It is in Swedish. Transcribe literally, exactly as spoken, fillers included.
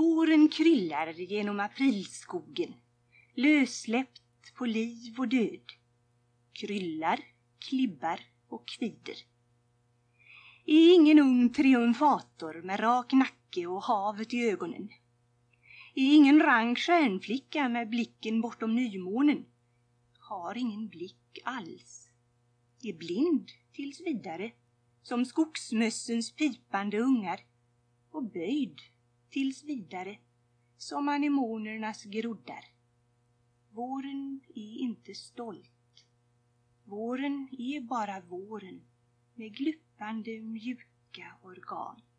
Våren kryllar genom aprilskogen, lössläppt på liv och död. Kryllar, klibbar och kvider. Är ingen ung triumfator med rak nacke och havet i ögonen. Är ingen rank stjärnflicka med blicken bortom nymånen. Har ingen blick alls. Är blind tills vidare, som skogsmössens pipande ungar. Och böjd tills vidare, som anemonernas groddar. Våren är inte stolt. Våren är bara våren med gluppande mjuka organ.